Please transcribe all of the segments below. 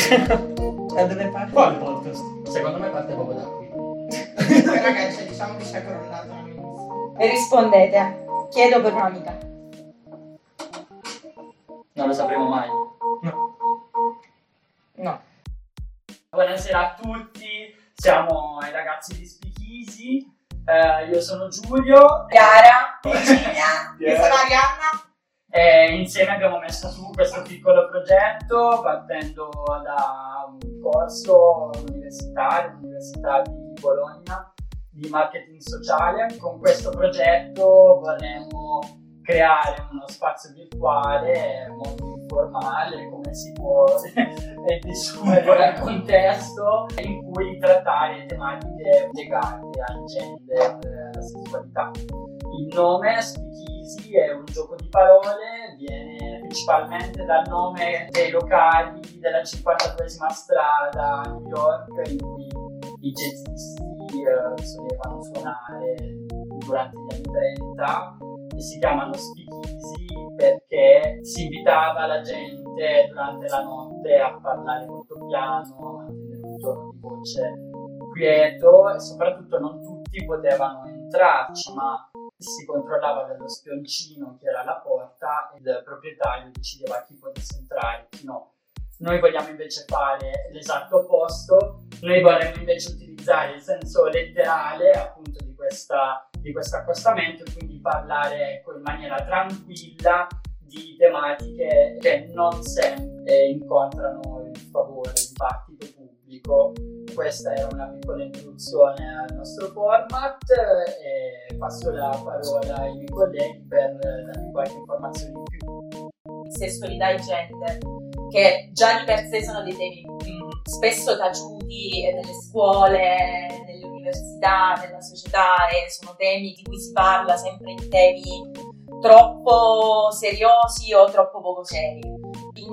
Da dove parte? Quale podcast? Secondo me parte proprio da qui. Ragazzi, diciamo che ci ha crollato all'inizio. E rispondete. Chiedo per un'amica. Non lo sapremo mai. No. Buonasera a tutti, siamo i ragazzi di Speak Easy. Io sono Giulio. Chiara. Virginia. Io sono Arianna. E insieme abbiamo messo su questo piccolo progetto partendo da un corso universitario, l'Università di Bologna, di marketing sociale. Con questo progetto vorremmo creare uno spazio virtuale molto informale, come si può desumere al contesto, in cui trattare tematiche legate al gender e alla sessualità. Il nome Speak Easy è un gioco di parole, viene principalmente dal nome dei locali della 52esima strada a New York, in cui i jazzisti solevano suonare durante gli anni 30, e si chiamano Speak Easy perché si invitava la gente durante la notte a parlare molto piano, a mantenere un tono di voce quieto, e soprattutto non tutti potevano entrarci, ma si controllava dallo spioncino che era alla porta e il proprietario decideva chi potesse entrare e chi no. Noi vogliamo invece fare l'esatto opposto, noi vorremmo invece utilizzare il senso letterale appunto di questo accostamento, e quindi parlare in maniera tranquilla di tematiche che non sempre incontrano il favore del dibattito pubblico. Questa era una piccola introduzione al nostro format e passo la parola ai miei colleghi per darvi qualche informazione in più. Sessualità e gender, che già di per sé sono dei temi spesso taciuti nelle scuole, nelle università, nella società, e sono temi di cui si parla sempre in temi troppo seriosi o troppo poco seri. Il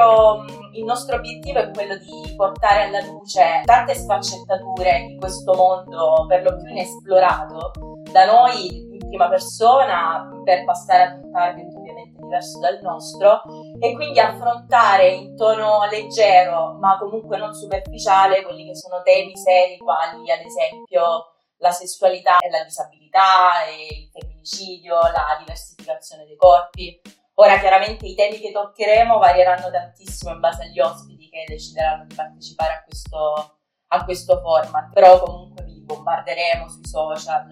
nostro obiettivo è quello di portare alla luce tante sfaccettature di questo mondo per lo più inesplorato da noi in prima persona, per passare ad un target ovviamente diverso dal nostro, e quindi affrontare in tono leggero ma comunque non superficiale quelli che sono temi seri, quali ad esempio la sessualità e la disabilità, e il femminicidio, la diversificazione dei corpi. Ora chiaramente i temi che toccheremo varieranno tantissimo in base agli ospiti che decideranno di partecipare a questo format, però comunque vi bombarderemo sui social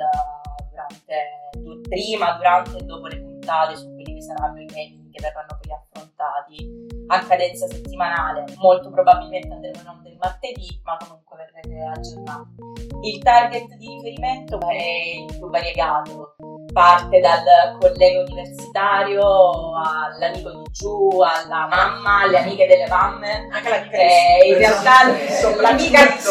prima, durante e dopo le puntate su quelli che saranno i temi che verranno poi affrontati a cadenza settimanale. Molto probabilmente andremo in onda il martedì, ma comunque verrete aggiornati. Il target di riferimento è il più variegato, parte dal collega universitario all'amico di giù, alla mamma, alle amiche delle mamme, Anche l'amica di in realtà l'amica di su,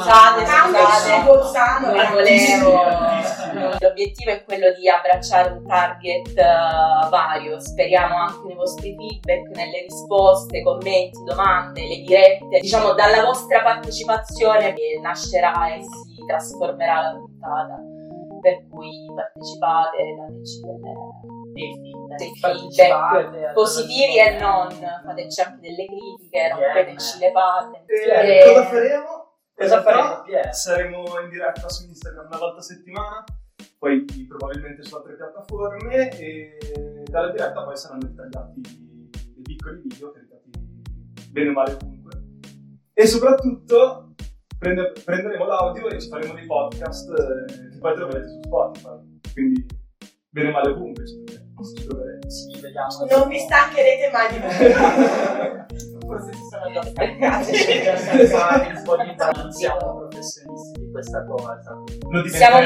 scusate, non volevo. L'obiettivo è quello di abbracciare un target vario. Speriamo anche nei vostri feedback, nelle risposte, commenti, domande, le dirette, diciamo dalla vostra partecipazione che nascerà e si trasformerà la puntata. Per cui partecipate, dateci dei feedback positivi e non, fateci anche delle critiche, rompeteci le palle. Cosa faremo? Saremo in diretta su Instagram una volta a settimana, poi probabilmente su altre piattaforme, e dalla diretta poi saranno ritagliati dei piccoli video caricati bene o male ovunque, e soprattutto prenderemo l'audio e ci faremo dei podcast che poi troverete su Spotify, quindi bene o male ovunque ci troverete. Sì, vediamo. Non vi stancherete mai di me. Forse si sono già stancati, un po' di non siamo professionisti di questa cosa. Siamo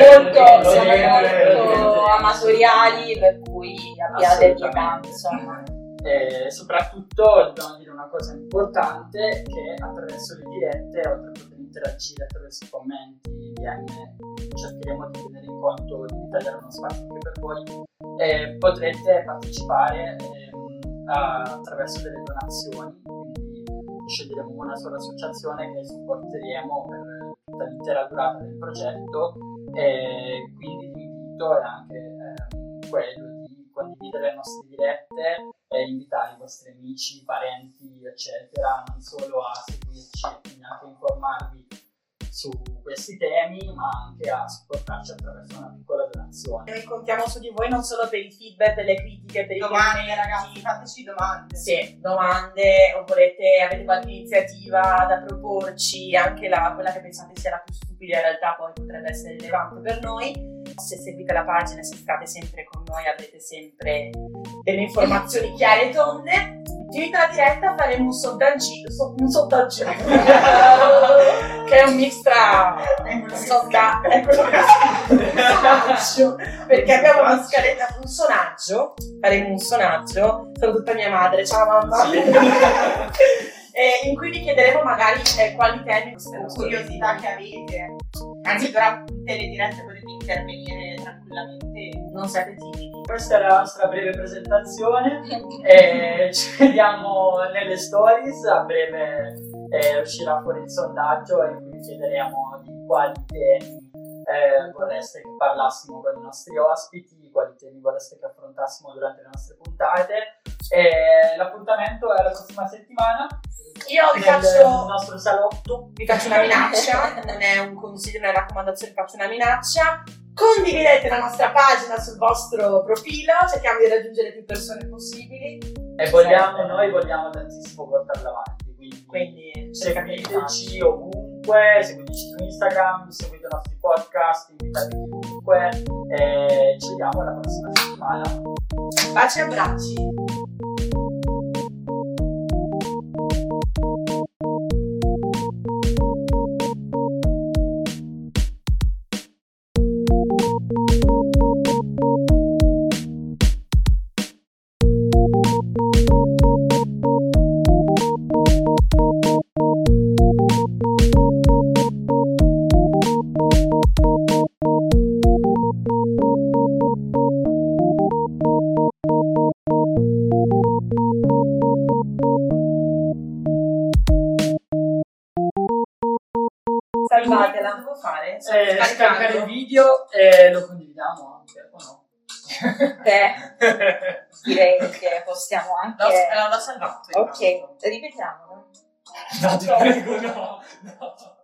molto amatoriali, per cui abbiate pietà, insomma. E soprattutto dobbiamo dire una cosa importante, che attraverso le dirette, oltre a poter interagire attraverso i commenti, DM, cercheremo di tenere in conto di tagliare uno spazio anche per voi, potrete partecipare attraverso delle donazioni, quindi sceglieremo una sola associazione che supporteremo per tutta l'intera durata del progetto, e quindi l'invito è anche quello di condividere le nostre dirette e invitare i vostri amici, parenti, eccetera, non solo a seguirci e quindi anche a informarvi su questi temi, ma anche a supportarci attraverso una piccola donazione. Noi contiamo su di voi non solo per i feedback, per le critiche, per i commenti. Ragazzi, fateci domande. Sì, domande, o avete qualche iniziativa da proporci, anche quella che pensate sia la più stupida in realtà poi potrebbe essere rilevante per noi. Se seguite la pagina, se state sempre con noi, avrete sempre delle informazioni chiare e tonde. Finita la diretta faremo un sondaggio che è un mix tra sondaggio, perché abbiamo una scaletta, faremo un sonaggio, sono tutta mia madre, ciao mamma, in cui vi chiederemo magari quali temi, queste curiosità che avete, anzi durante le dirette potete intervenire tranquillamente, non siate timidi. Questa è la nostra breve presentazione, ci vediamo nelle stories, a breve uscirà fuori il sondaggio in cui chiederemo di quali temi vorreste che parlassimo con i nostri ospiti, quali temi vorreste che affrontassimo durante le nostre puntate. L'appuntamento è la prossima settimana. Io vi nel faccio nostro salotto. Vi faccio una minaccia, non è un consiglio, non è una raccomandazione, vi faccio una minaccia. Condividete la nostra pagina sul vostro profilo, cerchiamo di raggiungere più persone possibili. E noi vogliamo tantissimo portarla avanti, quindi seguiteci ovunque, seguiteci su Instagram, seguite i nostri podcast, invitateci ovunque e ci vediamo la prossima settimana. Baci e abbracci. Salvatela, devo fare? Scaricare il video e lo condividiamo anche, o no? Direi che possiamo anche... L'ho salvato. Ok, ripetiamolo. No, ti prego, no.